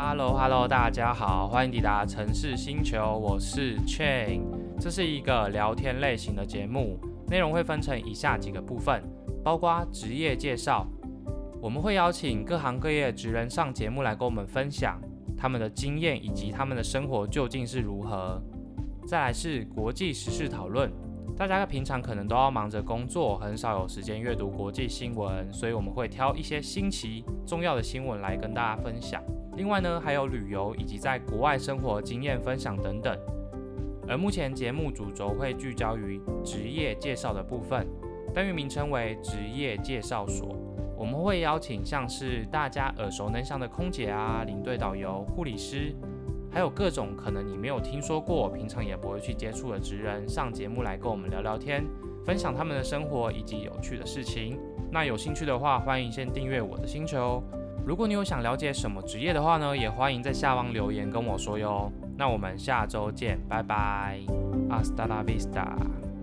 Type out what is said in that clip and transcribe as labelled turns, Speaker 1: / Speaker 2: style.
Speaker 1: Hello， 大家好，欢迎抵达城市星球，我是 Chain。这是一个聊天类型的节目，内容会分成以下几个部分，包括职业介绍，我们会邀请各行各业的职人上节目来跟我们分享他们的经验以及他们的生活究竟是如何。再来是国际时事讨论，大家平常可能都要忙着工作，很少有时间阅读国际新闻，所以我们会挑一些新奇重要的新闻来跟大家分享。另外呢，还有旅游以及在国外生活经验分享等等。而目前节目主轴会聚焦于职业介绍的部分，单元名称为职业介绍所。我们会邀请像是大家耳熟能详的空姐啊、领队导游、护理师，还有各种可能你没有听说过、平常也不会去接触的职人上节目来跟我们聊聊天，分享他们的生活以及有趣的事情。那有兴趣的话，欢迎先订阅我的星球。如果你有想了解什么职业的话呢，也欢迎在下方留言跟我说哟。那我们下周见，拜拜，Hasta la vista。